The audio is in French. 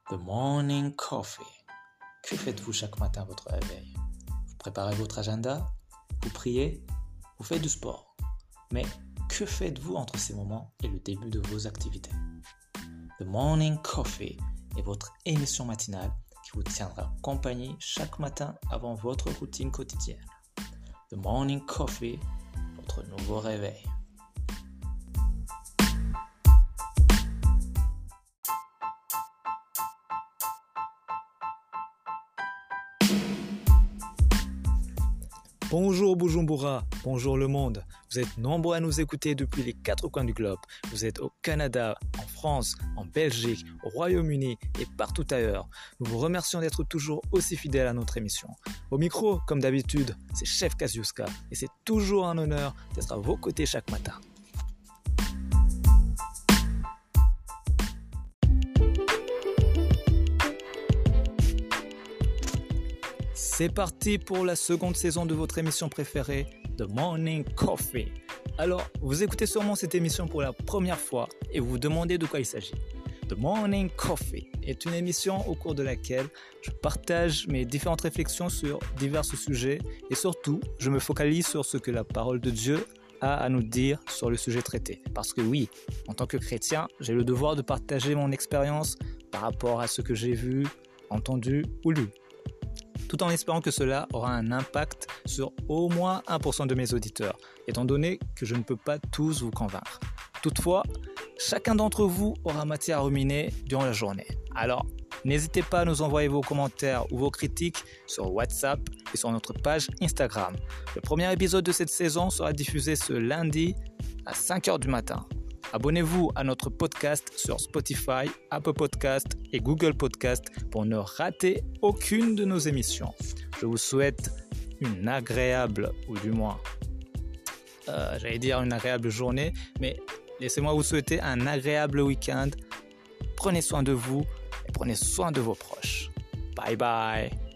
The morning coffee. Que faites-vous chaque matin à votre réveil? Vous préparez votre agenda? Vous priez? Vous faites du sport? Mais que faites-vous entre ces moments et le début de vos activités? The morning coffee est votre émission matinale qui vous tiendra compagnie chaque matin avant votre routine quotidienne. The morning coffee, votre nouveau réveil. Bonjour Bujumbura, bonjour le monde. Vous êtes nombreux à nous écouter depuis les quatre coins du globe. Vous êtes au Canada, en France, en Belgique, au Royaume-Uni et partout ailleurs. Nous vous remercions d'être toujours aussi fidèles à notre émission. Au micro, comme d'habitude, c'est Chef Kasiuska et c'est toujours un honneur d'être à vos côtés chaque matin. C'est parti pour la seconde saison de votre émission préférée, The Morning Coffee. Alors, vous écoutez sûrement cette émission pour la première fois et vous vous demandez de quoi il s'agit. The Morning Coffee est une émission au cours de laquelle je partage mes différentes réflexions sur divers sujets et surtout, je me focalise sur ce que la parole de Dieu a à nous dire sur le sujet traité. Parce que oui, en tant que chrétien, j'ai le devoir de partager mon expérience par rapport à ce que j'ai vu, entendu ou lu, tout en espérant que cela aura un impact sur au moins 1% de mes auditeurs, étant donné que je ne peux pas tous vous convaincre. Toutefois, chacun d'entre vous aura matière à ruminer durant la journée. Alors, n'hésitez pas à nous envoyer vos commentaires ou vos critiques sur WhatsApp et sur notre page Instagram. Le premier épisode de cette saison sera diffusé ce lundi à 5h du matin. Abonnez-vous à notre podcast sur Spotify, Apple Podcast et Google Podcast pour ne rater aucune de nos émissions. Je vous souhaite une agréable, ou du moins, une agréable journée, mais laissez-moi vous souhaiter un agréable week-end. Prenez soin de vous et prenez soin de vos proches. Bye bye.